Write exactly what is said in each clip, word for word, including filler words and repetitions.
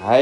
はい、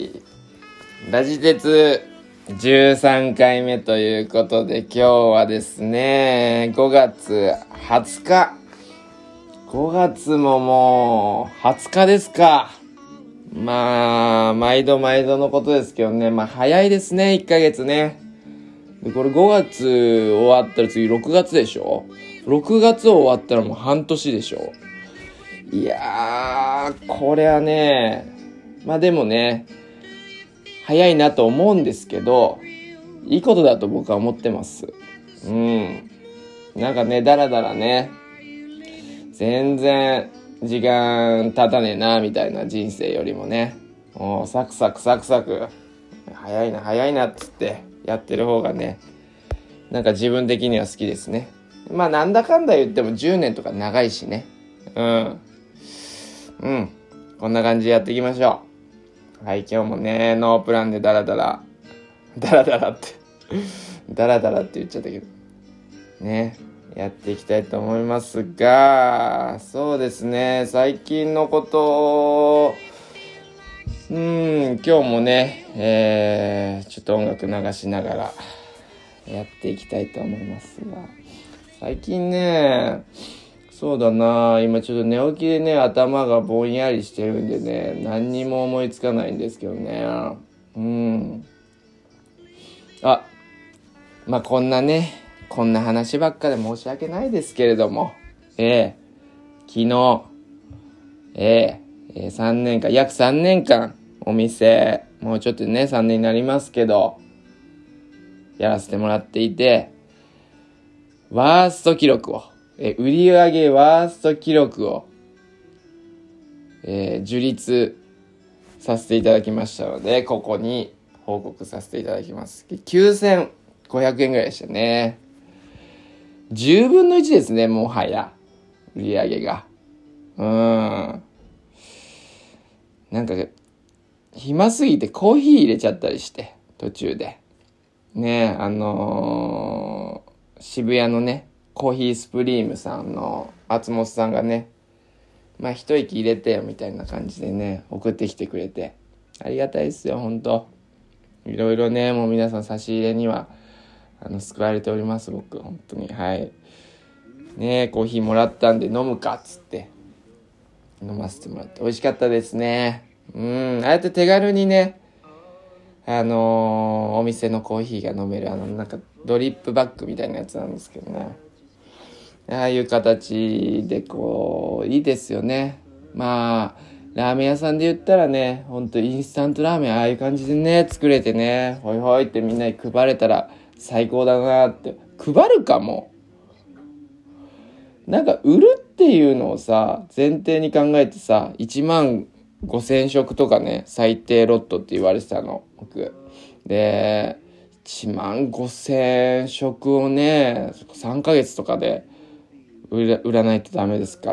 ラジ鉄じゅうさんかいめということで、今日はですねごがつはつか、ごがつももうはつかですか。まあ毎度毎度のことですけどね、まあ早いですね、いっかげつね。でこれごがつ終わったら次ろくがつでしょ。ろくがつ終わったらもう半年でしょ。いやーこれはね、まあでもね早いなと思うんですけど、いいことだと僕は思ってます。うんなんかね、だらだらね、全然時間経たねえなみたいな人生よりもね、もうサクサクサクサク早いな早いなっつってやってる方がね、なんか自分的には好きですね。まあなんだかんだ言ってもじゅうねんとか長いしね。うんうんこんな感じでやっていきましょう。はい、今日もねノープランでダラダラダラダラってダラダラって言っちゃったけどね、やっていきたいと思いますが、そうですね、最近のことうーん今日もね、えー、ちょっと音楽流しながらやっていきたいと思いますが、最近ね、そうだな、今ちょっと寝起きでね頭がぼんやりしてるんでね、何にも思いつかないんですけどね。うんあまあこんなねこんな話ばっかで申し訳ないですけれども、ええ昨日ええさんねんかん約さんねんかんお店、もうちょっとねさんねんになりますけどやらせてもらっていて、ワースト記録をえ売上ワースト記録を、えー、樹立させていただきましたので、ここに報告させていただきます。きゅうせんごひゃくえんぐらいでしたね。じゅうぶんのいちですね、もはや売上が。うーんなんか暇すぎてコーヒー入れちゃったりして途中でね、あのー、渋谷のねコーヒースプリームさんの松本さんがね、まあ一息入れてよみたいな感じでね送ってきてくれて、ありがたいですよ本当。いろいろね、もう皆さん差し入れにはあの救われております、僕本当に。はいね、コーヒーもらったんで飲むかっつって飲ませてもらって美味しかったですね。うんああやって手軽にね、あのー、お店のコーヒーが飲める、あのなんかドリップバッグみたいなやつなんですけどね、ああいう形でこういいですよね。まあラーメン屋さんで言ったらね、ほんとインスタントラーメンああいう感じでね作れてね、ほいほいってみんなに配れたら最高だなって。配るかも、なんか売るっていうのをさ前提に考えてさ、いちまんごせん食とかね最低ロットって言われてたの僕で、いちまんごせん食をねさんかげつとかで売ら、売らないとダメですから、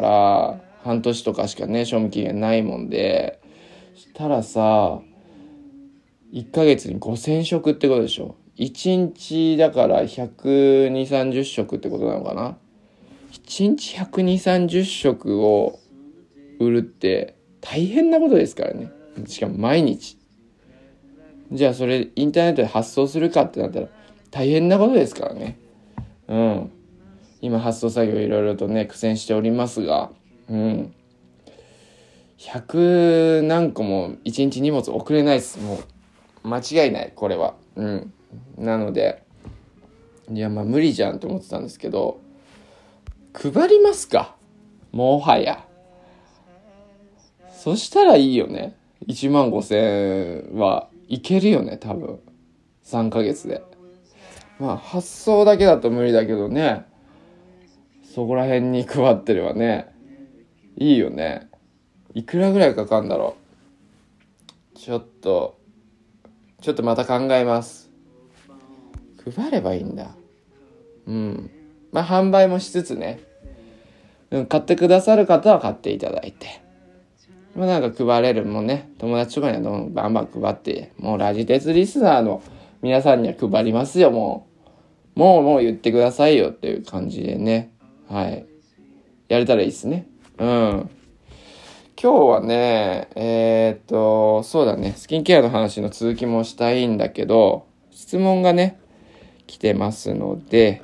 半年とかしかね賞味期限ないもんで、したらさいっかげつにごせん食ってことでしょ。いちにちだからひゃくにじゅう、さんじゅう食ってことなのかな。いちにちひゃくにじゅう、さんじゅう食を売るって大変なことですからね。しかも毎日。じゃあそれインターネットで発送するかってなったら大変なことですからね。うん今発送作業いろいろとね苦戦しておりますが、うんひゃく何個もいちにち荷物送れないです。もう間違いないこれは。うんなのでいやまあ無理じゃんと思ってたんですけど、配りますか、もはや。そしたらいいよね。いちまんごせんはいけるよね多分さんかげつで。まあ発送だけだと無理だけどね、そこら辺に配ってればねいいよね。いくらぐらいかかるんだろう。ちょっとちょっとまた考えます。配ればいいんだ。うんまあ販売もしつつね、買ってくださる方は買っていただいて、まあ、なんか配れるもんね、友達とかにはどんバンバン配って、もうラジ鉄リスナーの皆さんには配りますよ。もうもうもう言ってくださいよっていう感じでね、はいやれたらいいですね。うん今日はね、えー、っと、そうだね、スキンケアの話の続きもしたいんだけど、質問がね、来てますので、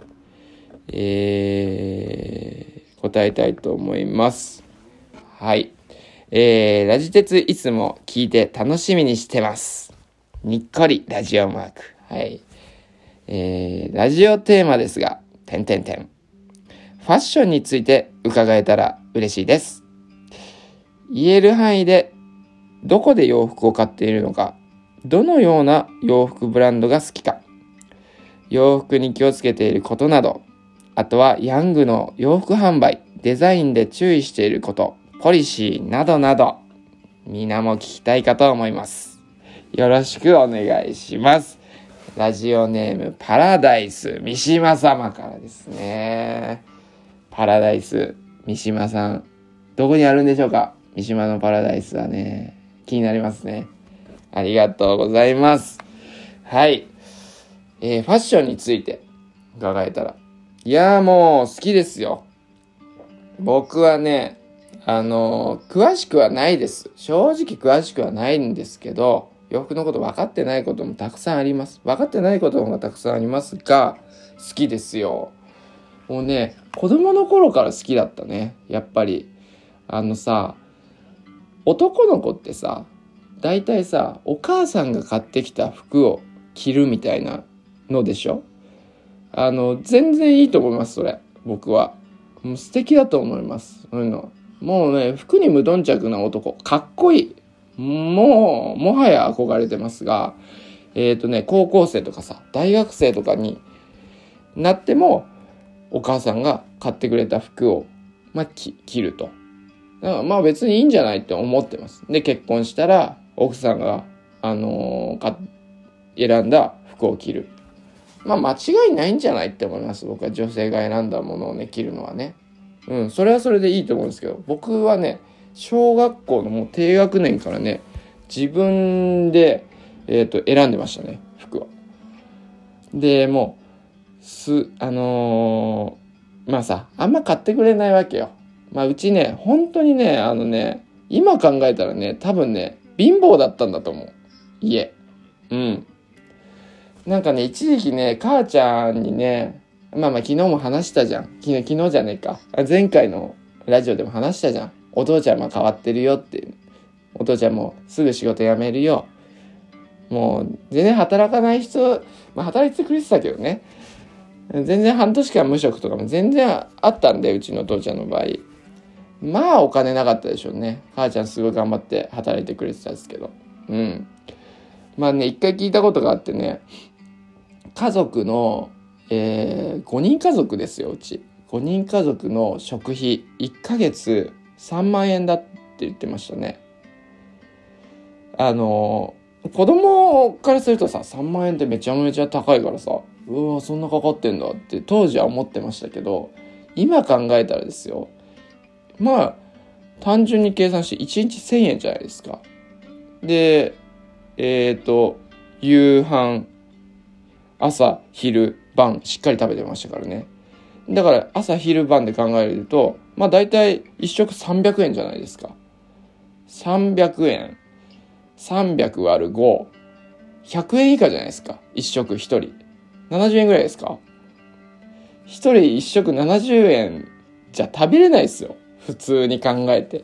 えー、答えたいと思います。はい。えー、ラジ鉄いつも聞いて楽しみにしてます。にっこりラジオマーク。はい。えー、ラジオテーマですが、点点点。ファッションについて伺えたら嬉しいです。言える範囲でどこで洋服を買っているのか、どのような洋服ブランドが好きか、洋服に気をつけていることなど、あとはヤングの洋服販売、デザインで注意していること、ポリシーなどなど、皆も聞きたいかと思います。よろしくお願いします。ラジオネームパラダイス三島様からですね。パラダイス三島さん、どこにあるんでしょうか？三島のパラダイスはね、気になりますね。ありがとうございます。はい、えー、ファッションについて伺えたら、いやーもう好きですよ。僕はね、あのー、詳しくはないです。正直詳しくはないんですけど、洋服のこと分かってないこともたくさんあります。分かってないこともたくさんありますが、好きですよ。もうね、子供の頃から好きだったね。やっぱりあのさ、男の子ってさ、だいたいさ、お母さんが買ってきた服を着るみたいなのでしょ。あの全然いいと思います。それ僕はもう素敵だと思います。そういうのもうね、服に無頓着な男かっこいい。もうもはや憧れてますが、えっとね高校生とかさ、大学生とかになってもお母さんが買ってくれた服をまあ着ると。だからまあ別にいいんじゃないって思ってます。で結婚したら奥さんがあのー、選んだ服を着る。まあ間違いないんじゃないって思います。僕は女性が選んだものをね着るのはね。うん、それはそれでいいと思うんですけど、僕はね小学校のもう低学年からね自分でえっと選んでましたね、服は。でもうすあのー、まあさ、あんま買ってくれないわけよ。まあうちね、本当にね、あのね、今考えたらね、多分ね、貧乏だったんだと思う。家。うん。なんかね、一時期ね、母ちゃんにね、まあまあ昨日も話したじゃん。昨日、昨日じゃねえか。前回のラジオでも話したじゃん。お父ちゃんは変わってるよっていう。お父ちゃんもすぐ仕事辞めるよ。もう全然働かない人、まあ働いてくれてたけどね。全然半年間無職とかも全然あったんで、うちの父ちゃんの場合。まあお金なかったでしょうね。母ちゃんすごい頑張って働いてくれてたんですけど。うん。まあね、一回聞いたことがあってね、家族の、えー、ごにん家族ですよ、うち。ごにん家族の食費、いっかげつさんまんえんだって言ってましたね。あの、子供からするとさ、さんまんえんってめちゃめちゃ高いからさ、うわそんなかかってんだって当時は思ってましたけど、今考えたらですよ、まあ単純に計算していちにちせんえんじゃないですか。でえっと夕飯、朝昼晩しっかり食べてましたからね。だから朝昼晩で考えると、まあ大体一食さんびゃくえんじゃないですか。さんびゃくえん、さんびゃくわるご、ひゃくえん以下じゃないですか。一食一人ななじゅうえんぐらいですか。一人一食ななじゅうえんじゃ食べれないですよ、普通に考えて。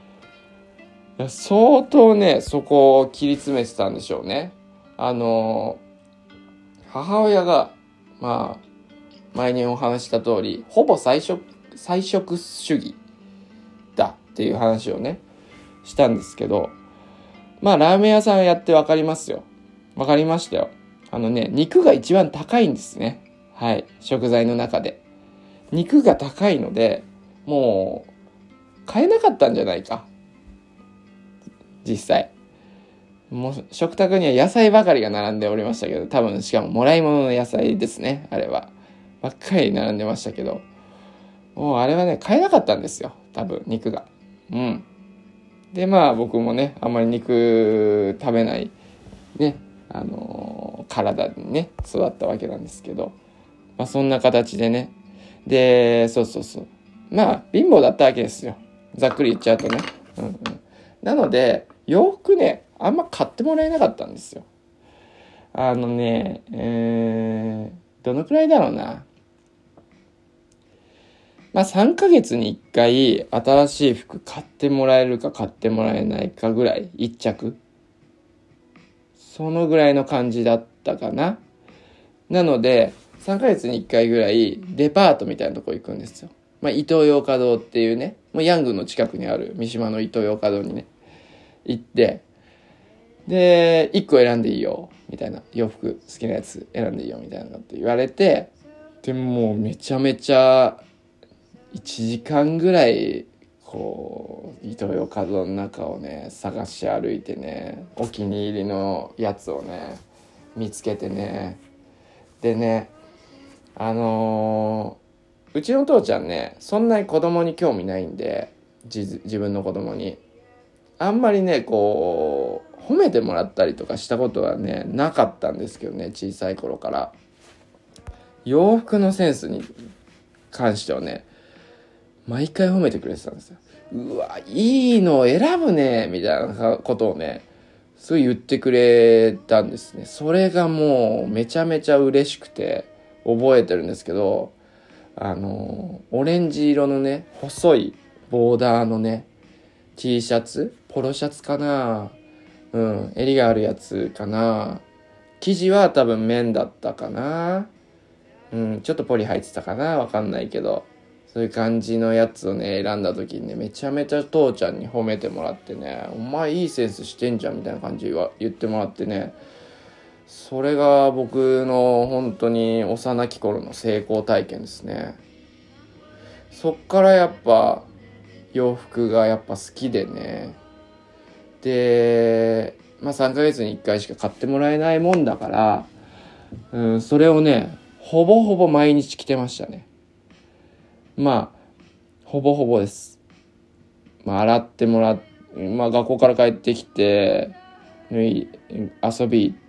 相当ねそこを切り詰めてたんでしょうね。あの母親がまあ前にお話した通り、ほぼ菜食菜食主義だっていう話をねしたんですけど、まあラーメン屋さんやって分かりますよ。分かりましたよ。あのね、肉が一番高いんですね。はい、食材の中で肉が高いので、もう買えなかったんじゃないか、実際。もう食卓には野菜ばかりが並んでおりましたけど、多分しかももらい物の野菜ですね、あれはばっかり並んでましたけど、もうあれはね買えなかったんですよ、多分肉が。うんでまあ僕もねあんまり肉食べないね、あのー、体にね育ったわけなんですけど、まあそんな形でね、でそうそうそうまあ貧乏だったわけですよ、ざっくり言っちゃうとね。 うんうん、なので洋服ねあんま買ってもらえなかったんですよ。あのね、えー、どのくらいだろうな。まあさんかげつにいっかい新しい服買ってもらえるか買ってもらえないかぐらい、いっちゃく。そのぐらいの感じだったかな。なので、さんかげつにいっかいぐらいデパートみたいなとこ行くんですよ。まあイトーヨーカドーっていうね、もうヤングの近くにある三島のイトーヨーカドーにね、行って、で、いっこ選んでいいよ、みたいな。洋服好きなやつ選んでいいよ、みたいなこと言われて、でもうめちゃめちゃいちじかんぐらいこうイトーヨーカドーの中をね探し歩いてね、お気に入りのやつをね見つけてね、でねあのー、うちの父ちゃんねそんなに子供に興味ないんで、自分の子供にあんまりねこう褒めてもらったりとかしたことはねなかったんですけどね、小さい頃から洋服のセンスに関してはね毎回褒めてくれてたんですよ。うわいいの選ぶねみたいなことをねすごい言ってくれたんですね。それがもうめちゃめちゃ嬉しくて覚えてるんですけど、あのオレンジ色のね細いボーダーのね T シャツ、ポロシャツかな、うん襟があるやつかな、生地は多分綿だったかな、うんちょっとポリ入ってたかな、わかんないけど、そういう感じのやつをね選んだ時にねめちゃめちゃ父ちゃんに褒めてもらってね、お前いいセンスしてんじゃんみたいな感じは言ってもらってね、それが僕の本当に幼き頃の成功体験ですね。そっからやっぱ洋服がやっぱ好きでね、でまあさんかげつにいっかいしか買ってもらえないもんだから、うん、それをねほぼほぼ毎日着てましたね。まあほぼほぼです。まあ洗ってもらっまあ学校から帰ってきて遊び行って、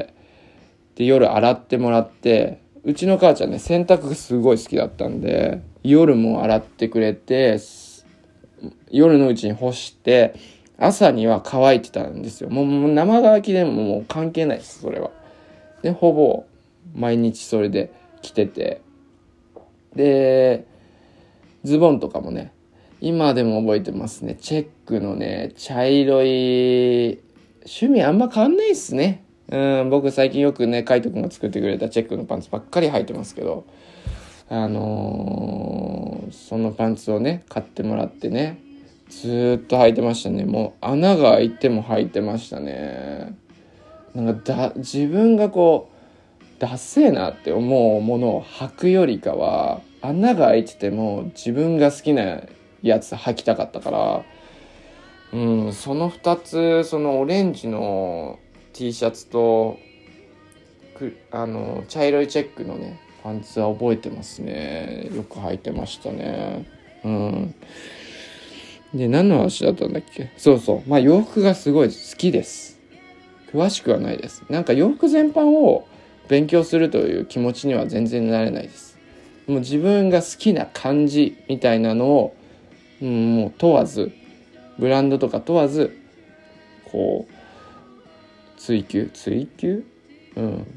で夜洗ってもらって、うちの母ちゃんね洗濯がすごい好きだったんで夜も洗ってくれて、夜のうちに干して朝には乾いてたんですよ。もう生乾きでももう関係ないです、それは。でほぼ毎日それで着てて、でズボンとかもね今でも覚えてますね。チェックのね茶色い、趣味あんま変わんないっすね。うん僕最近よくね海斗くんが作ってくれたチェックのパンツばっかり履いてますけど、あのー、そのパンツをね買ってもらってねずーっと履いてましたね。もう穴が開いても履いてましたね。なんかだ自分がこうダッセーなって思うものを履くよりかは穴が開いてても自分が好きなやつ履きたかったから、うんそのふたつ、そのオレンジの T シャツとくあの茶色いチェックのねパンツは覚えてますね。よく履いてましたね。うんで何の話だったんだっけ。そうそうまあ洋服がすごい好きです。詳しくはないです。なんか洋服全般を勉強するという気持ちには全然なれないです。もう自分が好きな感じみたいなのを、うん、もう問わずブランドとか問わずこう追求追求うん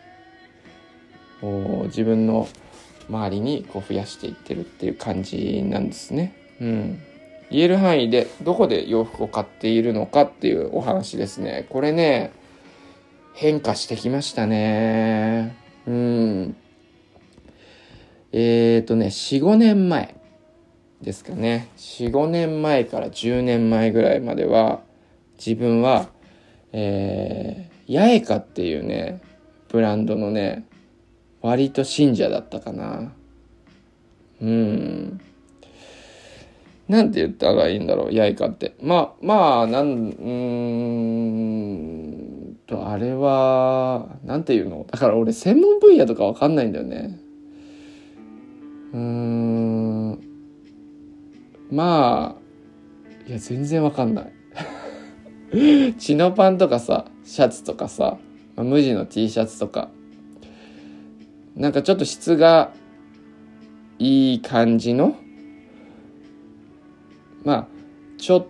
こう自分の周りにこう増やしていってるっていう感じなんですね。うん言える範囲でどこで洋服を買っているのかっていうお話ですね。これね変化してきましたね。うんえーとね よん,ご 年前ですかね。よん、ごねんまえからじゅうねんまえぐらいまでは自分はえー、ヤエカっていうねブランドのね割と信者だったかな。うんなんて言ったらいいんだろう、ヤエカって。まあまあなんうーんとあれはなんていうの、だから俺専門分野とかわかんないんだよね。うーんまあいや全然わかんないチノパンとかさシャツとかさ無地の T シャツとかなんかちょっと質がいい感じのまあちょっ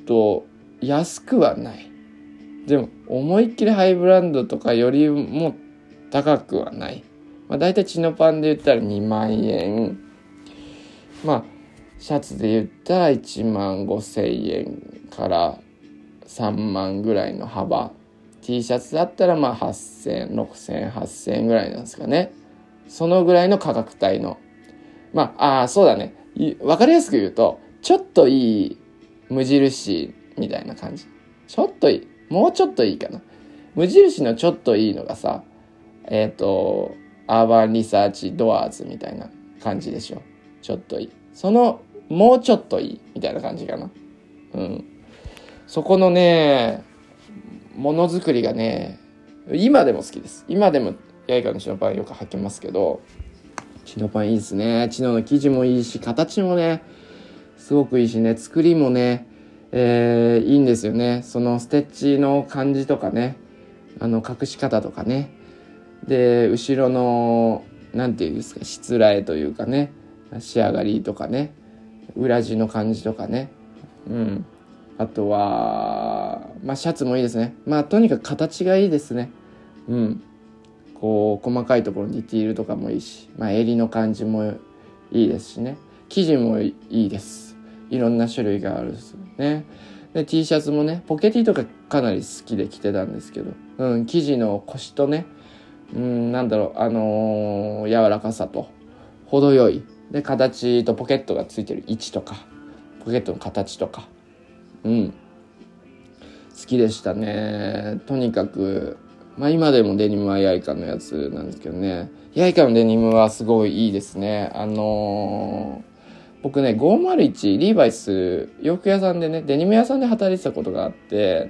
と安くはない。でも思いっきりハイブランドとかよりも高くはない。まあ、だいたいチノパンで言ったらにまんえん、まあシャツで言ったらいちまんごせんえんからさんまんぐらいの幅、 T シャツだったらまあはっせん、ろくせん、はっせんえんぐらいなんですかね。そのぐらいの価格帯の、まああーそうだね、わかりやすく言うとちょっといい無印みたいな感じ。ちょっといい、もうちょっといいかな。無印のちょっといいのがさ、えっとアーバンリサーチドアーズみたいな感じでしょ。ちょっといい、そのもうちょっといいみたいな感じかな。うん。そこのねものづくりがね今でも好きです。今でもヤイカのチノパンよく履きますけど、チノパンいいですね。チノの生地もいいし、形もねすごくいいしね、作りもね、えー、いいんですよね。そのステッチの感じとかね、あの隠し方とかね、で後ろのなんていうんですか、しつらえというかね、仕上がりとかね、裏地の感じとかね、うん、あとはまあシャツもいいですね。まあとにかく形がいいですね。うん、こう細かいところのディティールとかもいいし、まあ襟の感じもいいですしね、生地もいいです。いろんな種類があるんですよね。で T シャツもね、ポケティとかかなり好きで着てたんですけど、うん、生地のコシとね、うん、なんだろう、あのー、柔らかさと程よいで、形とポケットがついてる位置とかポケットの形とか、うん好きでしたね。とにかくまあ今でもデニムはヤイカのやつなんですけどね、ヤイカのデニムはすごいいいですね。あのー僕ねごーまるいちリーバイス洋服屋さんでね、デニム屋さんで働いてたことがあって、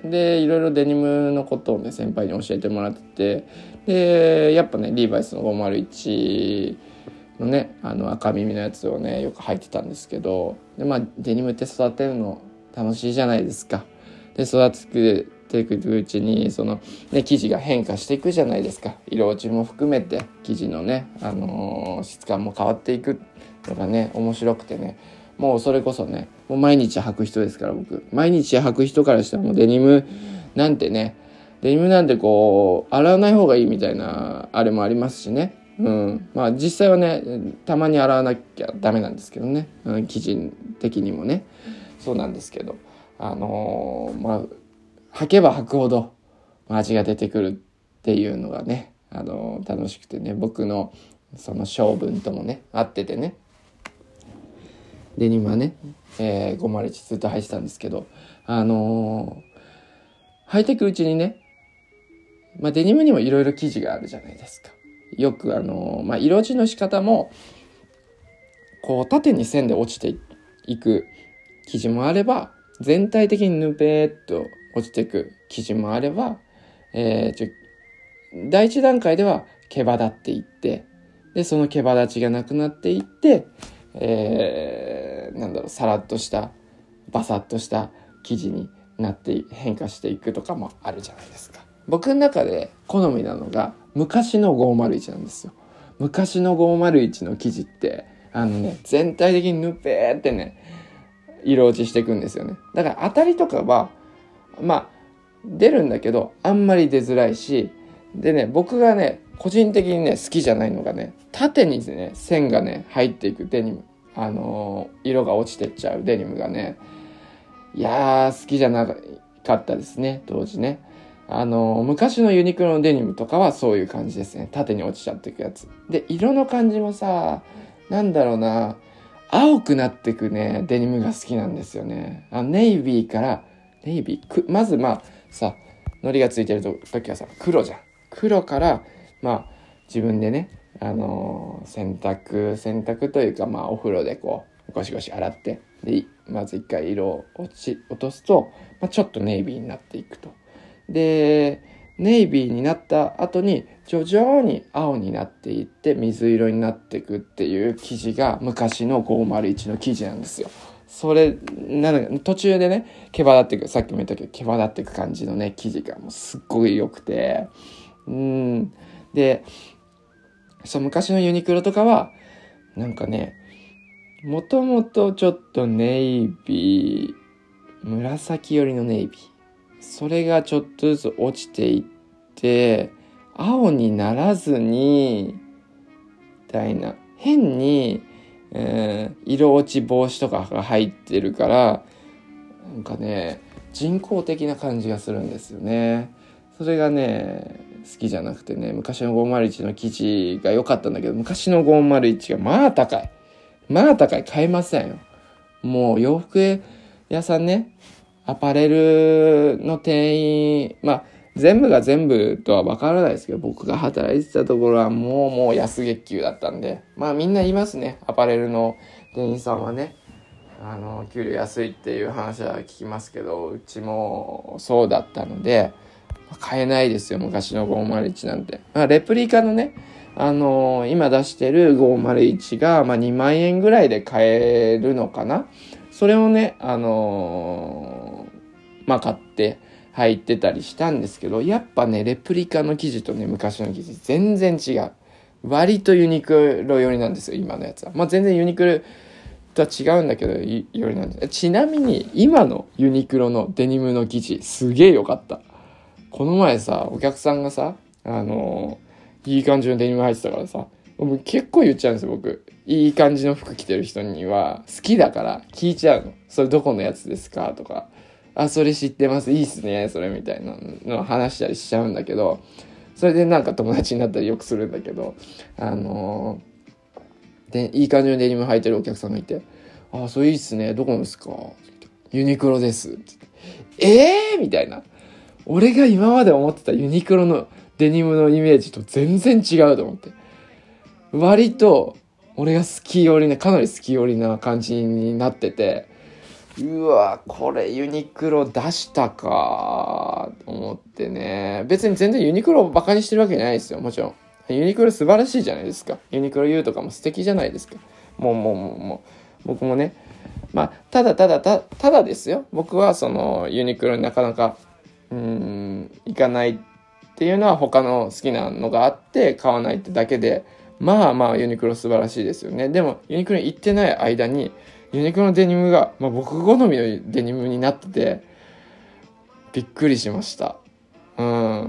でいろいろデニムのことをね先輩に教えてもらってて、でやっぱねリーバイスのごーまるいちのねあの赤耳のやつをねよく履いてたんですけど、でまあデニムって育てるの楽しいじゃないですか。で育てていくうちにそのね生地が変化していくじゃないですか。色落ちも含めて生地のね、あのー、質感も変わっていくのがね面白くてね、もうそれこそねもう毎日履く人ですから、僕毎日履く人からしたらもうデニムなんてね、デニムなんてこう洗わない方がいいみたいなあれもありますしね。うん、まあ実際はねたまに洗わなきゃダメなんですけどね、うん、生地的にもねそうなんですけど、あのー、まあ履けば履くほど味が出てくるっていうのがね、あのー、楽しくてね、僕のその性分ともね合っててね、デニムはね、えー、ごーまるいちずっと履いてたんですけど、あのー、履いていくうちにね、まあ、デニムにもいろいろ生地があるじゃないですか。よくあのー、まあ、色地の仕方もこう縦に線で落ちていく生地もあれば、全体的にぬぺーっと落ちていく生地もあれば、えー、ちょ第一段階では毛羽立っていって、でその毛羽立ちがなくなっていって、えー、なんだろう、さらっとしたバサッとした生地になって変化していくとかもあるじゃないですか。僕の中で好みなのが昔のごーまるいちなんですよ。昔のごーまるいちの生地ってあのね全体的にぬぺーってね色落ちしていくんですよね。だから当たりとかはまあ出るんだけどあんまり出づらいし、でね僕がね個人的にね好きじゃないのがね、縦にね線がね入っていくデニム、あのー、色が落ちてっちゃうデニムがね、いやー好きじゃなかったですね当時ね。あのー、昔のユニクロのデニムとかはそういう感じですね。縦に落ちちゃっていくやつで、色の感じもさ、なんだろうな、青くなってくねデニムが好きなんですよね。あネイビーからネイビーまずまあさ糊がついてる時はさ黒じゃん。黒からまあ自分でね、あのー、洗濯洗濯というかまあお風呂でこうゴシゴシ洗って、でまず一回色を落ち落とすと、まあ、ちょっとネイビーになっていくと。でネイビーになった後に徐々に青になっていって水色になっていくっていう生地が昔のごーまるいちの生地なんですよ。それなの途中でね毛羽立っていく、さっきも言ったけど毛羽立っていく感じのね生地がもうすっごい良くて、うんでそう昔のユニクロとかはなんかねもともとちょっとネイビー紫寄りのネイビー、それがちょっとずつ落ちていって青にならずにみたいな、変に、えー、色落ち防止とかが入ってるからなんかね人工的な感じがするんですよね。それがね好きじゃなくてね、昔のごーまるいちの生地が良かったんだけど、昔のごーまるいちがまあ高いまあ高い買えませんよ。もう洋服屋さんね、アパレルの店員、まあ全部が全部とは分からないですけど、僕が働いてたところはもうもう安月給だったんで、まあみんな言いますね、アパレルの店員さんはね、あの給料安いっていう話は聞きますけど、うちもそうだったので買えないですよ、昔のごーまるいちなんて。まあ、レプリカのね、あのー、今出してるごーまるいちが、まあ、にまんえんぐらいで買えるのかな。それをね、あのー、まあ買って入ってたりしたんですけど、やっぱねレプリカの生地とね昔の生地全然違う。割とユニクロ寄りなんですよ今のやつは。まあ全然ユニクロとは違うんだけどよりなんです。ちなみに今のユニクロのデニムの生地すげえ良かった。この前さお客さんがさ、あのー、いい感じのデニム入ってたからさ、結構言っちゃうんですよ僕。いい感じの服着てる人には好きだから聞いちゃうの。それどこのやつですかとか、あそれ知ってます、いいっすねそれみたいなのを話したりしちゃうんだけど、それでなんか友達になったりよくするんだけど、あのー、でいい感じのデニム履いてるお客さんがいて、あそれいいっすね、どこのですか、ユニクロですって、えーみたいな。俺が今まで思ってたユニクロのデニムのイメージと全然違うと思って、割と俺が好き寄りな、かなり好き寄りな感じになってて、うわこれユニクロ出したかと思ってね。別に全然ユニクロをバカにしてるわけじゃないですよ。もちろんユニクロ素晴らしいじゃないですか。ユニクロ U とかも素敵じゃないですか。もうもうもうもう僕もね、まあただただたただですよ、僕はそのユニクロになかなかうーん行かないっていうのは他の好きなのがあって買わないってだけで、まあまあユニクロ素晴らしいですよね。でもユニクロに行ってない間にユニクロのデニムが、まあ、僕好みのデニムになっててびっくりしました。うん。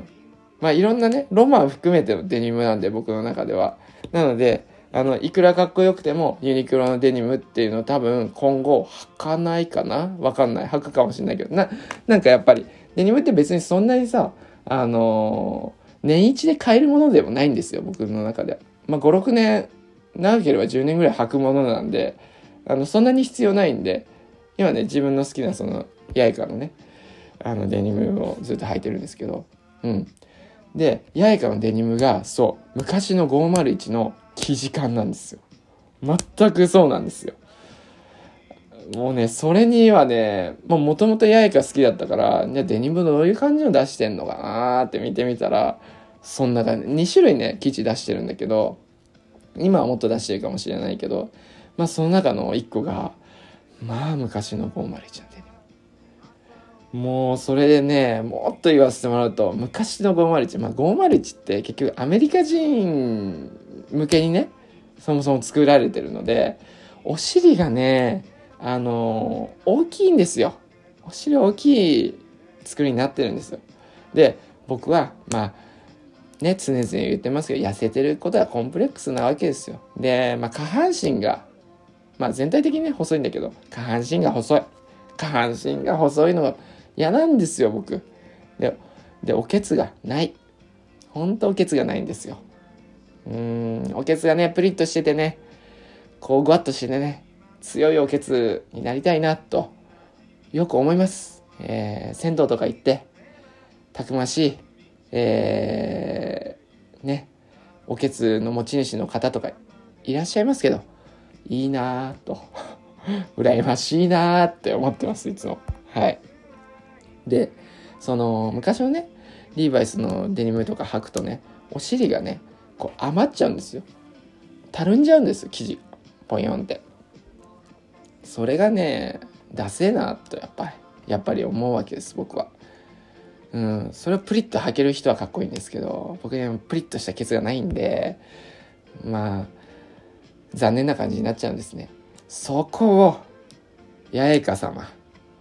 まあいろんなねロマン含めてのデニムなんで僕の中では。なのであのいくらかっこよくてもユニクロのデニムっていうのを多分今後履かないかな、わかんない、履くかもしれないけどな、なんかやっぱりデニムって別にそんなにさ、あのー、年一で買えるものでもないんですよ僕の中では。まあごろくねん、長ければじゅうねんぐらい履くものなんで、あのそんなに必要ないんで、今ね自分の好きなそのヤイカのねあのデニムをずっと履いてるんですけど、うんでヤイカのデニムがそう昔のごーまるいちの生地感なんですよ。全くそうなんですよ。もうねそれにはね、もともとヤイカ好きだったから、じゃあデニムどういう感じの出してんのかなーって見てみたら、そんな感じ、に種類ね生地出してるんだけど、今はもっと出してるかもしれないけど、まあその中のいっこがまあ昔のごーまるいちなんで、ね、もうそれでねもっと言わせてもらうと、昔のごーまるいち、まあごーまるいちって結局アメリカ人向けにねそもそも作られてるので、お尻がねあのー、大きいんですよ。お尻大きい作りになってるんですよ。で僕はまあね常々言ってますけど、痩せてることはコンプレックスなわけですよ。でまあ下半身がまあ全体的にね細いんだけど、下半身が細い下半身が細いのが嫌なんですよ僕で。でおけつがない、ほんとおけつがないんですよ。うーんおけつがねプリッとしててね、こうグワッとしてね強いおけつになりたいなとよく思います。えー、銭湯とか行ってたくましい、えー、ねおけつの持ち主の方とかいらっしゃいますけど、いいなぁと羨ましいなーって思ってますいつも。はい。でその昔のねリーバイスのデニムとか履くとね、お尻がねこう余っちゃうんですよ。たるんじゃうんですよ生地ポヨンって。それがねダセえなとやっぱりやっぱり思うわけです僕は。うん、それをプリッと履ける人はかっこいいんですけど、僕ねプリッとしたケツがないんで、まあ残念な感じになっちゃうんですね。そこを八重香様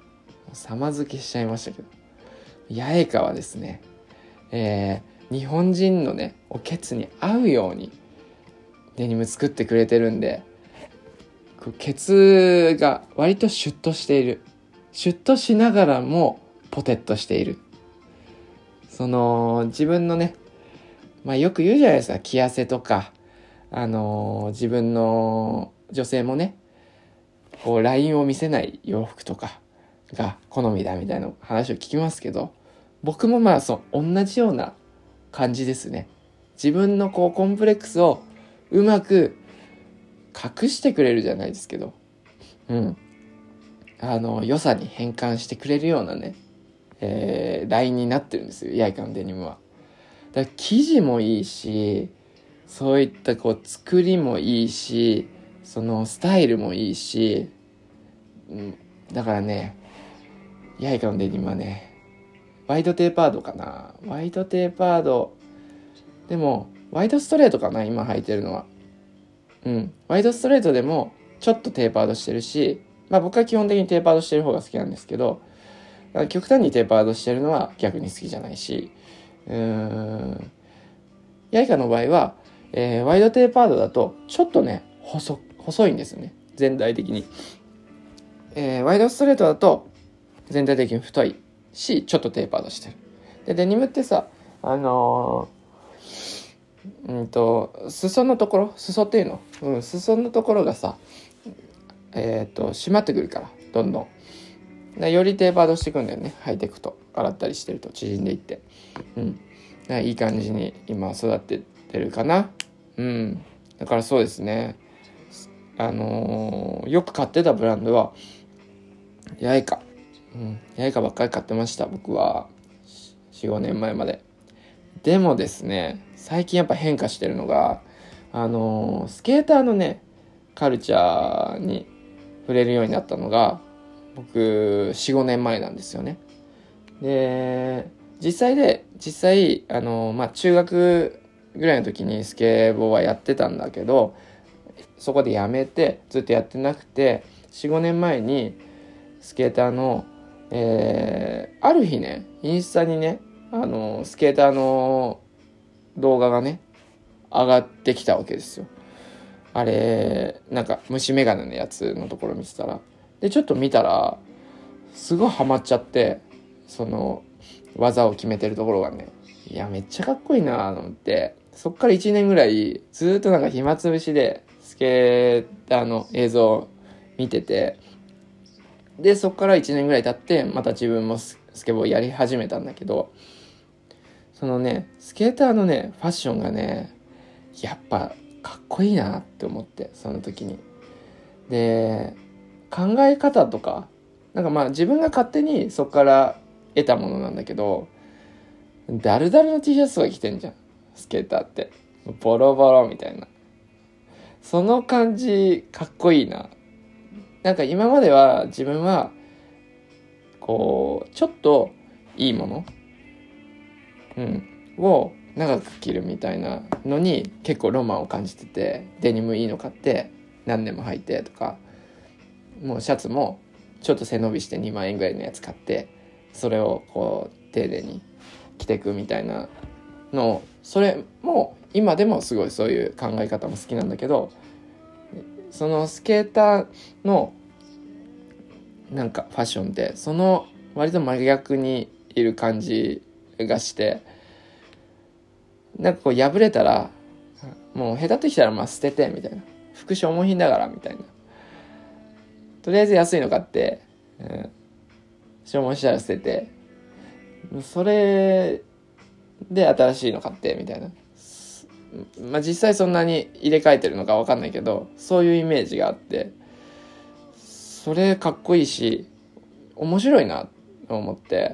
様付けしちゃいましたけど、八重花はですね、えー、日本人のねおケツに合うようにデニム作ってくれてるんで、ケツが割とシュッとしている、シュッとしながらもポテッとしている、その自分のね、まあよく言うじゃないですか、着汗とか、あのー、自分の女性もねこうラインを見せない洋服とかが好みだみたいな話を聞きますけど、僕もまあそう同じような感じですね。自分のこうコンプレックスをうまく隠してくれるじゃないですけど、うんあの良さに変換してくれるようなね、えー、ラインになってるんですよ、八重花のデニムは。だから生地もいいし、そういったこう作りもいいし、そのスタイルもいいし、うん、だからね八重花のデニムはね、ワイドテーパードかな、ワイドテーパードでもワイドストレートかな今履いてるのは。うんワイドストレートでもちょっとテーパードしてるし、まあ僕は基本的にテーパードしてる方が好きなんですけど、極端にテーパードしてるのは逆に好きじゃないし、うーん八重花の場合は、えー、ワイドテーパードだとちょっとね 細, 細いんですよね全体的に、えー、ワイドストレートだと全体的に太いしちょっとテーパードしてる。でデニムってさ、あのー、うんと裾のところ、裾っていうの、うん、裾のところがさ、えっ、ー、と締まってくるからどんどんよりテーパードしていくんだよね、履いていくと、洗ったりしてると縮んでいって、うんいい感じに今育ってってるかな。うんだからそうですね、あのー、よく買ってたブランドは八重花、うん、八重花ばっかり買ってました僕は よん,ご 年前まで。でもですね最近やっぱ変化してるのが、あのー、スケーターのねカルチャーに触れるようになったのが僕 よん,ご 年前なんですよね。で実際で実際あの、まあ、中学ぐらいの時にスケボーはやってたんだけど、そこでやめてずっとやってなくて、 よん,ご 年前にスケーターの、えー、ある日ねインスタにねあのスケーターの動画がね上がってきたわけですよ。あれなんか虫眼鏡のやつのところ見てたら、でちょっと見たらすごいハマっちゃって、その技を決めてるところがね、いやめっちゃかっこいいなと思って、そっからいちねんぐらいずっとなんか暇つぶしでスケーターの映像を見てて、でそっからいちねんぐらい経ってまた自分もスケボーやり始めたんだけど、そのねスケーターのねファッションがねやっぱかっこいいなって思って、その時に。で考え方とかなんかまあ自分が勝手にそこから得たものなんだけど、ダルダルの T シャツとか着てんじゃんスケーターって、ボロボロみたいな、その感じかっこいいな。なんか今までは自分はこうちょっといいもの、うん、を長く着るみたいなのに結構ロマンを感じてて、デニムいいの買って何年も履いてとか、もうシャツもちょっと背伸びしてにまんえんぐらいのやつ買ってそれをこう丁寧に着ていくみたいなの、それも今でもすごいそういう考え方も好きなんだけど、そのスケーターのなんかファッションってその割と真逆にいる感じがして、なんかこう破れたらもう下手ってきたらまあ捨ててみたいな、服消耗品だからみたいな、とりあえず安いの買って、うん、消耗したら捨てて、それで新しいの買ってみたいな、まあ実際そんなに入れ替えてるのか分かんないけど、そういうイメージがあって、それかっこいいし面白いなと思って、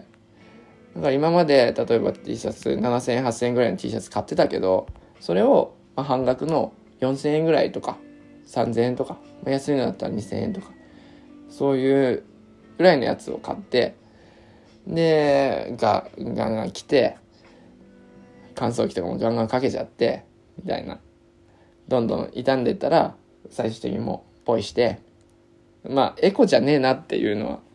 だから今まで例えば T シャツななせんえんはっせんえんぐらいの T シャツ買ってたけど、それをまあ半額のよんせんえんぐらいとかさんぜんえんとか、まあ、安いのだったらにせんえんとか、そういうぐらいのやつを買って、でガガンガン着て乾燥機とかもガンガンかけちゃってみたいな、どんどん傷んでったら最終的にもうポイして、まあエコじゃねえなっていうのは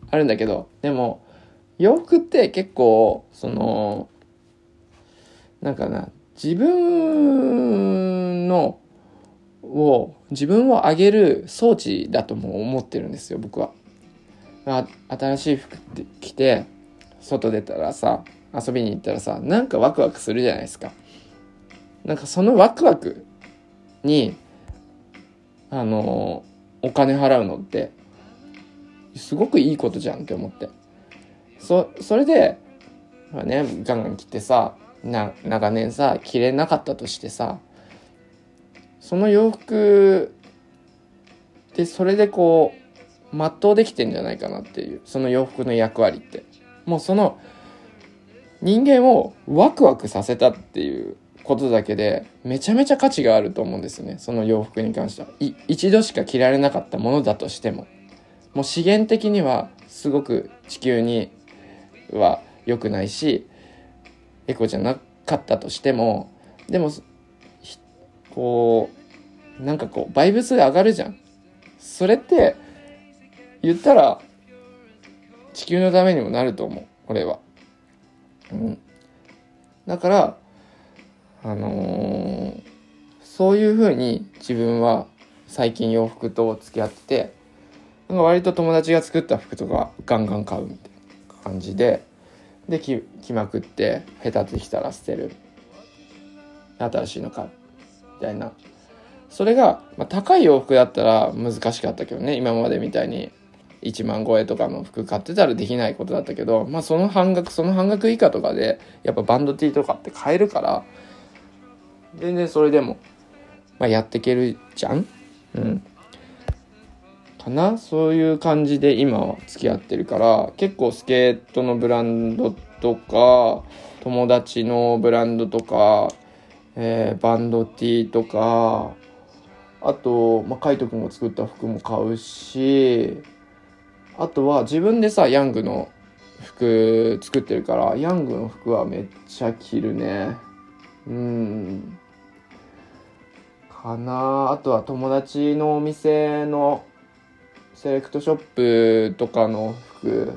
あるんだけど、でも洋服って結構そのなんかな、自分のを自分を上げる装置だとも思ってるんですよ、僕は。あ、新しい服って着て外出たらさ、遊びに行ったらさ、なんかワクワクするじゃないですか。なんかそのワクワクにあのお金払うのってすごくいいことじゃんって思って、そそれでまあね、ガンガン着てさ、な長年さ着れなかったとしてさ、その洋服でそれでこう全うできてんじゃないかなっていう、その洋服の役割ってもうその人間をワクワクさせたっていうことだけでめちゃめちゃ価値があると思うんですよね。その洋服に関してはい一度しか着られなかったものだとしても、もう資源的にはすごく地球には良くないしエコじゃなかったとしても、でもこうなんかこうバイブスが上がるじゃん。それって言ったら地球のためにもなると思う、俺は。うん、だからあのー、そういう風に自分は最近洋服と付き合ってて、なんか割と友達が作った服とかガンガン買うみたいな感じで、で 着, 着まくって下手ってきたら捨てる、新しいの買うみたいな。それが、まあ、高い洋服だったら難しかったけどね、今までみたいにいちまん超えとかの服買ってたらできないことだったけど、まあその半額その半額以下とかでやっぱバンド T とかって買えるから、全然それでも、まあ、やっていけるじゃん。うんかな。そういう感じで今は付き合ってるから、結構スケートのブランドとか友達のブランドとか、えー、バンド T とか、あと、まあ、カイト君が作った服も買うし、あとは自分でさヤングの服作ってるから、ヤングの服はめっちゃ着るね。うんかな。あとは友達のお店のセレクトショップとかの服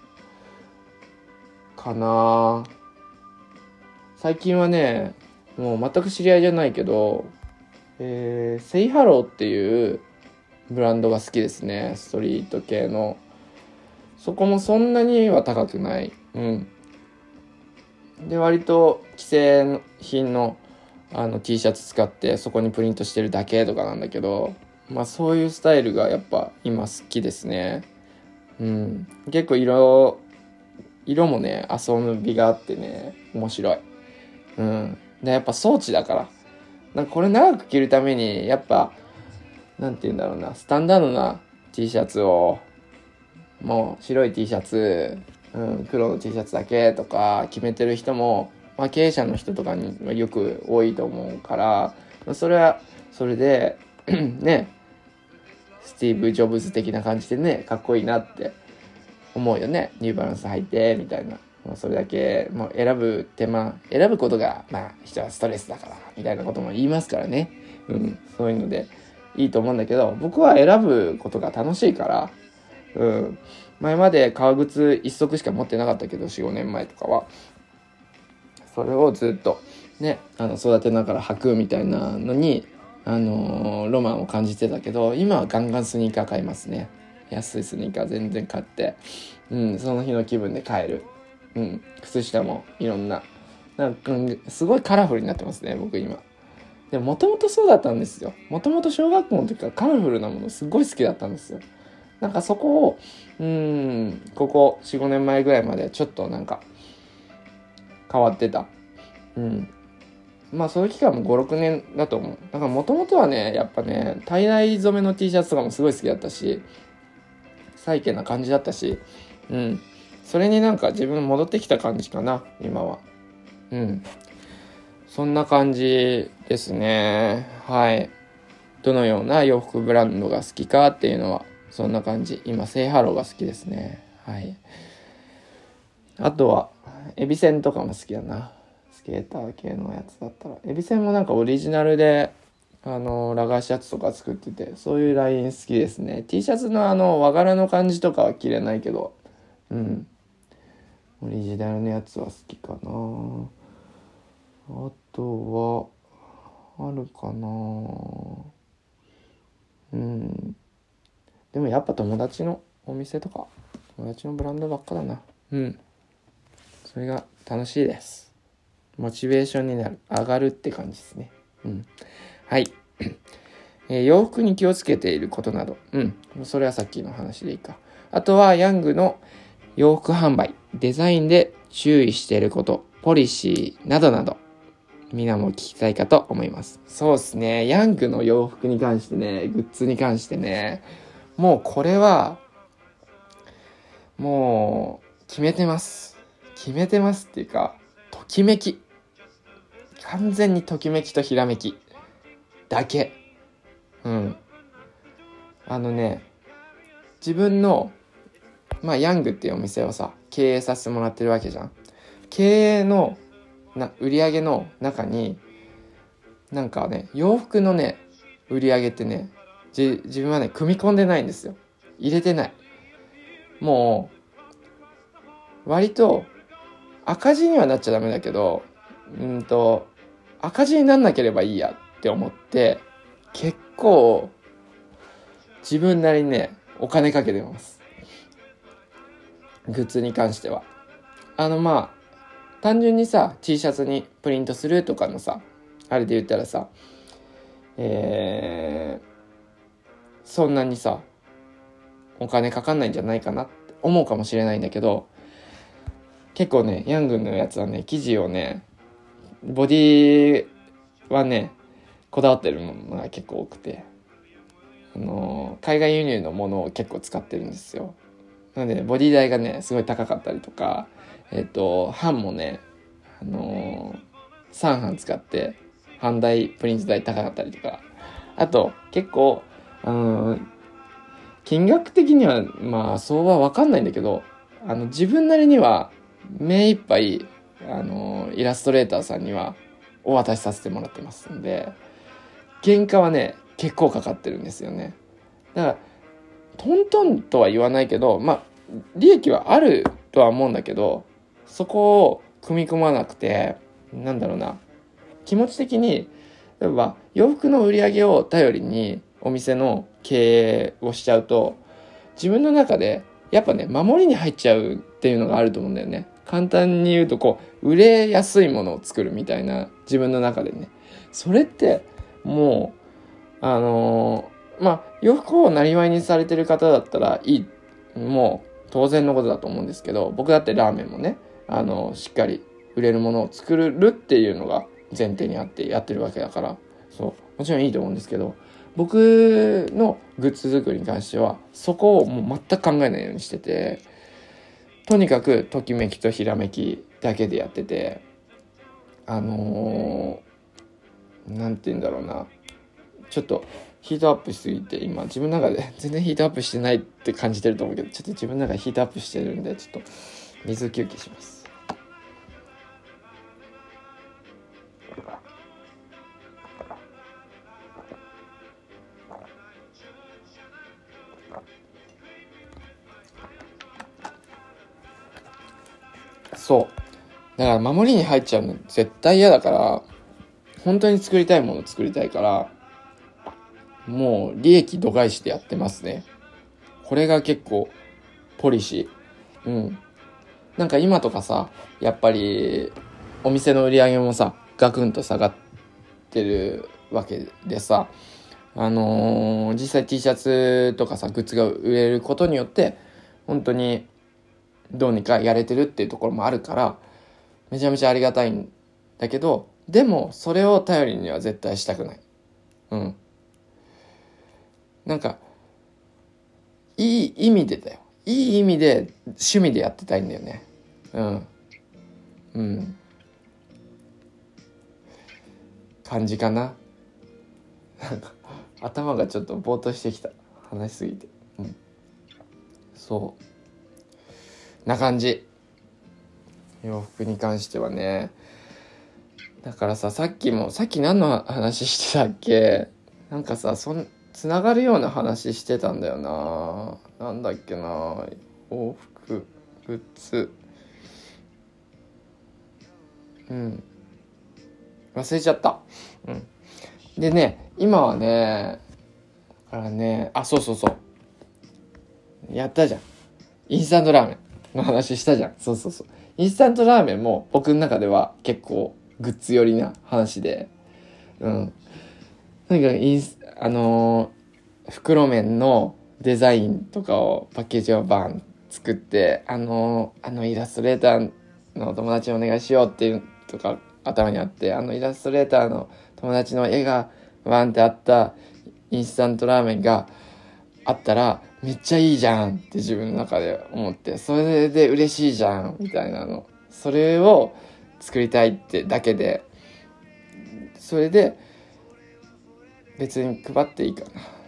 かな。最近はね、もう全く知り合いじゃないけど、えー、セイハローっていうブランドが好きですね。ストリート系の。そこもそんなには高くない。うんで割と既製品のあの T シャツ使ってそこにプリントしてるだけとかなんだけど、まあそういうスタイルがやっぱ今好きですね。うん結構色色もね遊びがあってね面白い。うんでやっぱ装置だから、なんかこれ長く着るためにやっぱなんて言うんだろうな、スタンダードな T シャツをもう白い T シャツ、うん、黒の T シャツだけとか決めてる人も、まあ、経営者の人とかにはよく多いと思うから、それはそれでねスティーブ・ジョブズ的な感じでねかっこいいなって思うよね。ニューバランス履いてみたいな、まあ、それだけもう選ぶ手間選ぶことがまあ人はストレスだからみたいなことも言いますからね、うん、そういうのでいいと思うんだけど、僕は選ぶことが楽しいから、うん、前まで革靴一足しか持ってなかったけど よん、ごねんまえとかはそれをずっとねあの育てながら履くみたいなのに、あのー、ロマンを感じてたけど、今はガンガンスニーカー買いますね。安いスニーカー全然買って、うん、その日の気分で買える、うん、靴下もいろんななんか、うん、すごいカラフルになってますね僕今。でももともとそうだったんですよ。もともと小学校の時からカラフルなものすごい好きだったんですよ。なんかそこをうーんここ よん、ごねんまえぐらいまでちょっとなんか変わってた。うんまあその期間もご、ろくねんだと思う。だからもともとはねやっぱねタイダイ染めの T シャツとかもすごい好きだったし、サイケな感じだったし、うんそれになんか自分戻ってきた感じかな今は。うんそんな感じですね。はい。どのような洋服ブランドが好きかっていうのはそんな感じ。今セイハローが好きですね。はい。あとはエビセンとかも好きだな。スケーター系のやつだったらエビセンもなんかオリジナルであのラガーシャツとか作ってて、そういうライン好きですね。 T シャツのあの和柄の感じとかは着れないけど、 うん。オリジナルのやつは好きかな。あとはあるかな。うん。でもやっぱ友達のお店とか友達のブランドばっかだな。うん。それが楽しいです。モチベーションになる、上がるって感じですね。うん。はい。えー、洋服に気をつけていることなど。うん。それはさっきの話でいいか。あとはヤングの洋服販売、デザインで注意していること、ポリシーなどなど、みんなも聞きたいかと思います。そうですね。ヤングの洋服に関してね、グッズに関してね、もうこれは、もう決めてます。決めてますっていうか、ときめき。完全にときめきとひらめきだけ。うん。あのね、自分の、まあヤングっていうお店をさ、経営させてもらってるわけじゃん。経営のな売り上げの中に、なんかね、洋服のね、売り上げってね、じ自分はね、組み込んでないんですよ。入れてない。もう、割と赤字にはなっちゃダメだけど、うんと、赤字になんなければいいやって思って、結構、自分なりにね、お金かけてます。グッズに関しては。あのまあ、単純にさ、T シャツにプリントするとかのさ、あれで言ったらさ、えー、そんなにさ、お金かかんないんじゃないかなって思うかもしれないんだけど、結構ね、ヤングのやつはね、生地をね、ボディはね、こだわってるものが結構多くて、あのー、海外輸入のものを結構使ってるんですよ。なので、ね、ボディ代がね、すごい高かったりとか、えっと、版もね、あのー、さんばん使って、版代、プリント代高かったりとか、あと、結構、あのー、金額的には、まあ、相場はわかんないんだけど、あの、自分なりには、目いっぱい、あのー、イラストレーターさんには、お渡しさせてもらってますんで、原価はね、結構かかってるんですよね。だから、トントンとは言わないけど、まあ、利益はあるとは思うんだけど、そこを組み込まなくて、なんだろうな、気持ち的に、例えば洋服の売り上げを頼りにお店の経営をしちゃうと、自分の中でやっぱね、守りに入っちゃうっていうのがあると思うんだよね。簡単に言うと、こう、売れやすいものを作るみたいな、自分の中でね。それって、もう、あのー、まあ、洋服を生りにされてる方だったらいい、もう当然のことだと思うんですけど、僕だってラーメンもね、あのー、しっかり売れるものを作るっていうのが前提にあってやってるわけだから、そう、もちろんいいと思うんですけど、僕のグッズ作りに関しては、そこをもう全く考えないようにしてて、とにかくときめきとひらめきだけでやってて、あのー、なんて言うんだろうな、ちょっとヒートアップしすぎて、今自分の中で全然ヒートアップしてないって感じてると思うけど、ちょっと自分の中でヒートアップしてるんで、ちょっと水休憩します。そう。だから守りに入っちゃうの絶対嫌だから、本当に作りたいものを作りたいから、もう利益度外視でやってますね。これが結構ポリシー。うん。なんか今とかさ、やっぱりお店の売り上げもさ、ガクンと下がってるわけでさ、あのー、実際 T シャツとかさ、グッズが売れることによって、本当にどうにかやれてるっていうところもあるから、めちゃめちゃありがたいんだけど、でもそれを頼りには絶対したくない。うん。なんか、いい意味でだよ。いい意味で趣味でやってたいんだよね。うん。うん。感じかな。なんか、頭がちょっとぼーっとしてきた。話しすぎて。うん。そう。な感じ。洋服に関してはね。だからさ、さっきも、さっき何の話してたっけ？なんかさ、そん、つながるような話してたんだよな。なんだっけな。往復。 グッズうん忘れちゃった。うんでね今はねだからねあそうそうそうやったじゃんインスタントラーメンの話したじゃん。そうそうそうインスタントラーメンも僕の中では結構グッズ寄りな話でうんとにかくインスあのー、袋麺のデザインとかをパッケージをバン作ってあのー、あのイラストレーターの友達にお願いしようっていうとか頭にあってあのイラストレーターの友達の絵がバンってあったインスタントラーメンがあったらめっちゃいいじゃんって自分の中で思ってそれで嬉しいじゃんみたいなのそれを作りたいってだけでそれで別に配っていいか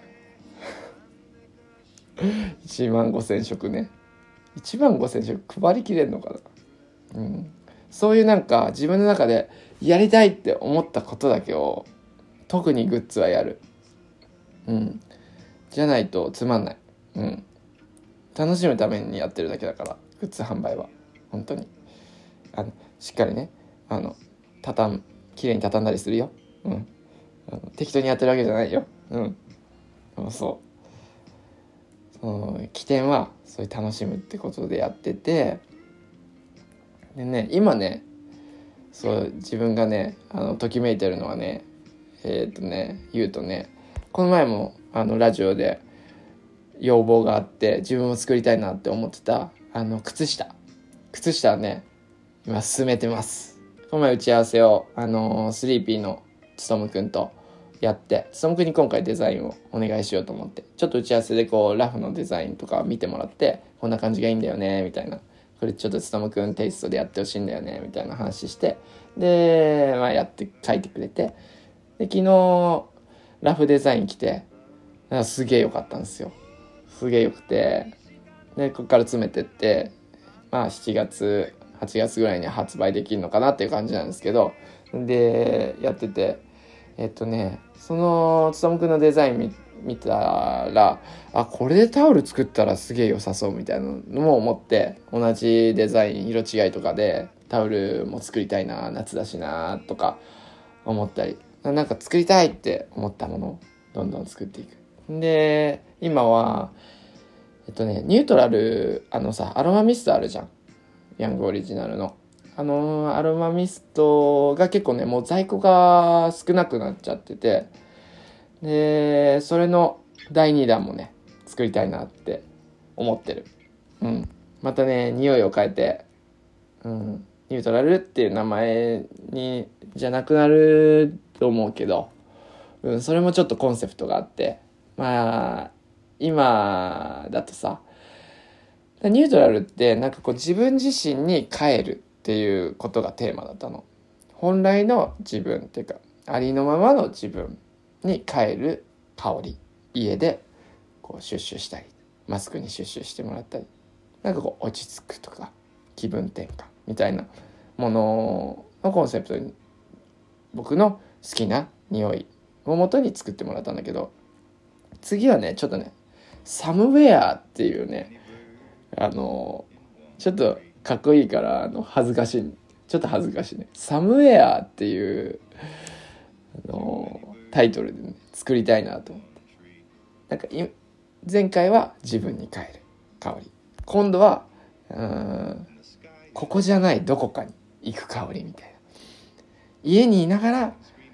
ないちまんごせん食ねいちまんごせん食配りきれんのかな、うん、そういうなんか自分の中でやりたいって思ったことだけを特にグッズはやるうんじゃないとつまんないうん楽しむためにやってるだけだからグッズ販売は本当にあのしっかりねあの畳む綺麗に畳んだりするようん適当にやってるわけじゃないようんそうその起点はそういう楽しむってことでやっててでね今ねそう自分がねあのときめいてるのはねえっとね言うとねこの前もあのラジオで要望があって自分も作りたいなって思ってたあの靴下靴下はね今進めてます。この前打ち合わせをあのスリーピーのつとむくんとやってつとむくんに今回デザインをお願いしようと思ってちょっと打ち合わせでこうラフのデザインとか見てもらってこんな感じがいいんだよねみたいなこれちょっとつとむくんテイストでやってほしいんだよねみたいな話してで、まあ、やって書いてくれてで昨日ラフデザイン来てすげえ良かったんですよ。すげえ良くてでここから詰めてってまあしちがつはちがつぐらいに発売できるのかなっていう感じなんですけどでやっててえっとねそのつとむくんのデザイン 見, 見たらあこれでタオル作ったらすげえ良さそうみたいなのも思って同じデザイン色違いとかでタオルも作りたいな夏だしなとか思ったりなんか作りたいって思ったものをどんどん作っていく。で今はえっとねニュートラルあのさアロマミストあるじゃんヤングオリジナルのあのアロマミストが結構ねもう在庫が少なくなっちゃっててでそれのだいにだんもね作りたいなって思ってる。うんまたね匂いを変えて、うん、ニュートラルっていう名前にじゃなくなると思うけど、うん、それもちょっとコンセプトがあってまあ今だとさニュートラルってなんかこう自分自身に帰るっていうことがテーマだったの。本来の自分っていうかありのままの自分に帰る香り家でこうシュッシュしたりマスクにシュッシュしてもらったりなんかこう落ち着くとか気分転換みたいなもののコンセプトに僕の好きな匂いをもとに作ってもらったんだけど次はねちょっとねサムウェアっていうねあのちょっとかっこいいからあの恥ずかしいちょっと恥ずかしいねサムウェアっていうあのタイトルで、ね、作りたいなと思ってなんか前回は自分に帰る香り今度はうーんここじゃないどこかに行く香りみたいな家にいながら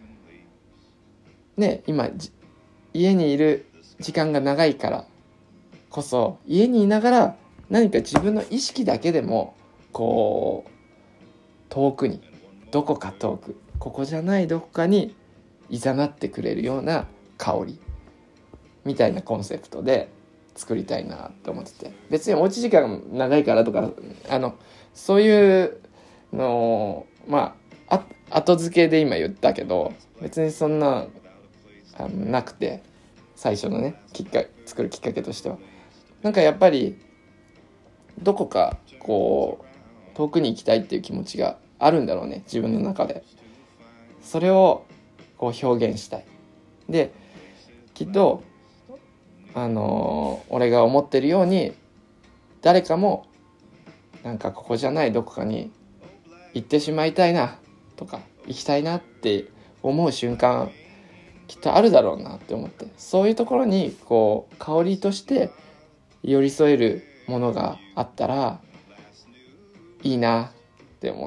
ね今家にいる時間が長いからこそ家にいながら何か自分の意識だけでもこう遠くにどこか遠くここじゃないどこかに誘ってくれるような香りみたいなコンセプトで作りたいなと思ってて別におうち時間長いからとかあのそういうのをまあ後付けで今言ったけど別にそんなあのなくて最初のねきっか作るきっかけとしてはなんかやっぱりどこかこう遠くに行きたいっていう気持ちがあるんだろうね自分の中でそれをこう表現したいできっとあのー、俺が思ってるように誰かもなんかここじゃないどこかに行ってしまいたいなとか行きたいなって思う瞬間きっとあるだろうなって思って、そういうところにこう香りとして寄り添えるものがあったらいいなって思って、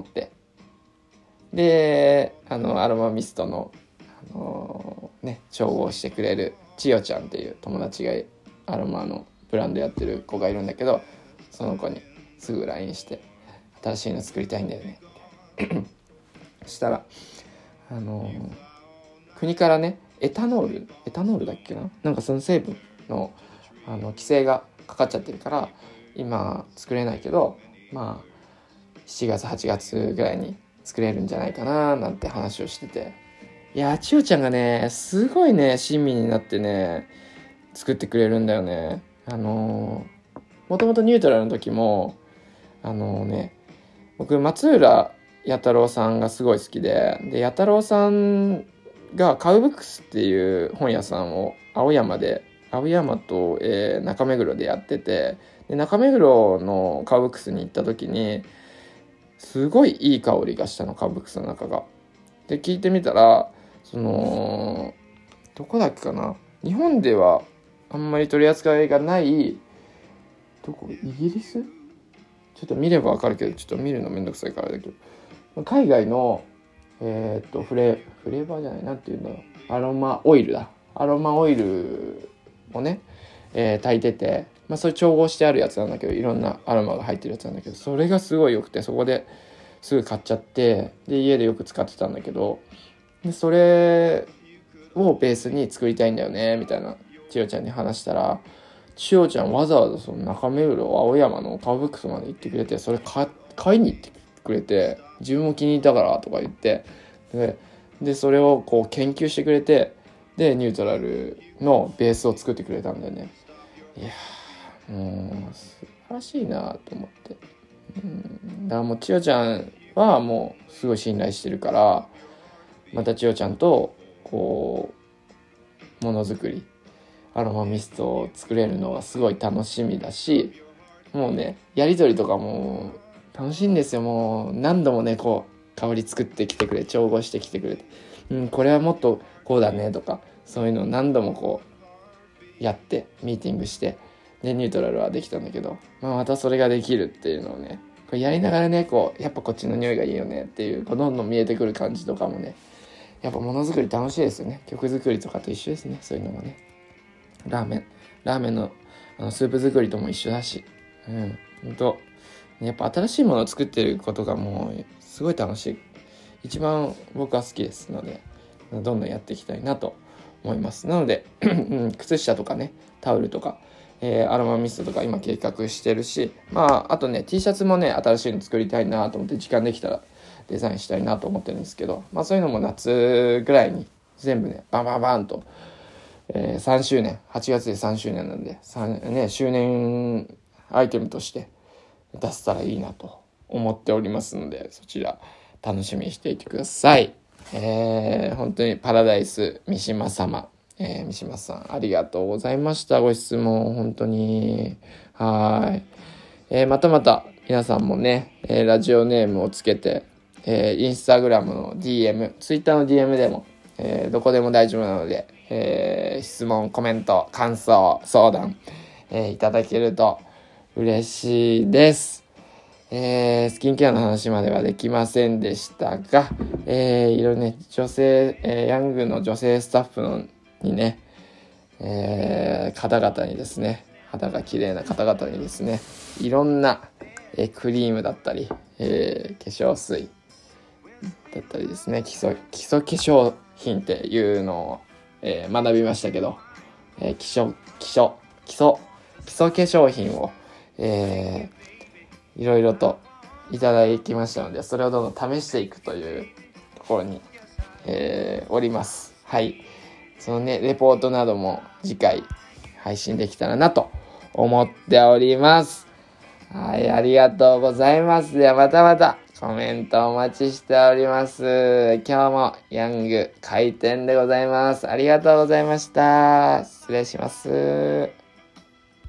であのアロマミストの、あのー、ね調合してくれる千代ちゃんっていう友達がアロマのブランドやってる子がいるんだけど、その子にすぐ ライン して新しいの作りたいんだよねってそしたらあのー、国からねエタノールエタノールだっけな、なんかその成分のあの規制がかかっちゃってるから今作れないけど、まあしちがつはちがつぐらいに作れるんじゃないかななんて話をしてて、いや千代ちゃんがねすごいね親身になってね作ってくれるんだよね。あのー、もともとニュートラルの時もあのー、ね僕松浦弥太郎さんがすごい好きで、で弥太郎さんがカウブックスっていう本屋さんを青山で青山と、えー、中目黒でやってて、で中目黒のカウブックスに行った時にすごいいい香りがしたの、カウブックスの中が。で聞いてみたらそのどこだっけかな、日本ではあんまり取り扱いがないどこイギリスちょっと見ればわかるけどちょっと見るのめんどくさいからだけど、海外のえー、っとフレフレーバーじゃないなんていうんだろう、アロマオイルだアロマオイルをね、えー、炊いてて、まあそれ調合してあるやつなんだけどいろんなアロマが入ってるやつなんだけど、それがすごい良くてそこですぐ買っちゃって、で家でよく使ってたんだけど、でそれをベースに作りたいんだよねみたいな千代ちゃんに話したら、千代ちゃんわざわざその中目黒青山のカウブックスまで行ってくれて、それ買買いに行ってくれて、自分も気に入ったからとか言って、で、でそれをこう研究してくれて、でニュートラルのベースを作ってくれたんだよね。いやーもう素晴らしいなと思って、うん、だからもう千代ちゃんはもうすごい信頼してるから、また千代ちゃんとこうものづくりアロマミストを作れるのはすごい楽しみだし、もうねやり取りとかも楽しいんですよ。もう何度もねこう香り作ってきてくれ、調合してきてくれて、うん、これはもっとこうだねとか、そういうのを何度もこうやってミーティングして、でニュートラルはできたんだけど、まあ、またそれができるっていうのをねこれやりながらねこうやっぱこっちの匂いがいいよねっていうこうどんどん見えてくる感じとかもね、やっぱものづくり楽しいですよね。曲作りとかと一緒ですね。そういうのもね、ラーメンラーメンの、あのスープ作りとも一緒だし、うんほんとやっぱ新しいものを作ってることがもうすごい楽しい、一番僕は好きですので、どんどんやっていきたいなと思います。なので靴下とかねタオルとか、えー、アロマミストとか今計画してるし、まああとね T シャツもね新しいの作りたいなと思って、時間できたらデザインしたいなと思ってるんですけど、まあそういうのも夏ぐらいに全部ねバンバンバンと、えー、さんしゅうねんはちがつでさんしゅうねんなんでね周年アイテムとして出せたらいいなと思っておりますので、そちら楽しみにしていてください。えー、本当にパラダイス三島様、えー、三島さんありがとうございました。ご質問本当にはい、えー、またまた皆さんもね、えー、ラジオネームをつけて、えー、インスタグラムの ディーエム、ツイッターの ディーエム でも、えー、どこでも大丈夫なので、えー、質問コメント感想相談、えー、いただけると嬉しいです。えー、スキンケアの話まではできませんでしたが、えー、いろいろね女性、えー、ヤングの女性スタッフのにね、えー、方々にですね、肌が綺麗な方々にですね、いろんな、えー、クリームだったり、えー、化粧水だったりですね、基礎基礎化粧品っていうのを、えー、学びましたけど、えー、基礎基礎基礎基礎化粧品を、えー、いろいろといただきましたので、それをどんどん試していくというところに、えー、おります。はい、そのねレポートなども次回配信できたらなと思っております。はい、ありがとうございます。ではまたまたコメントお待ちしております。今日もヤング開店でございます。ありがとうございました。失礼します。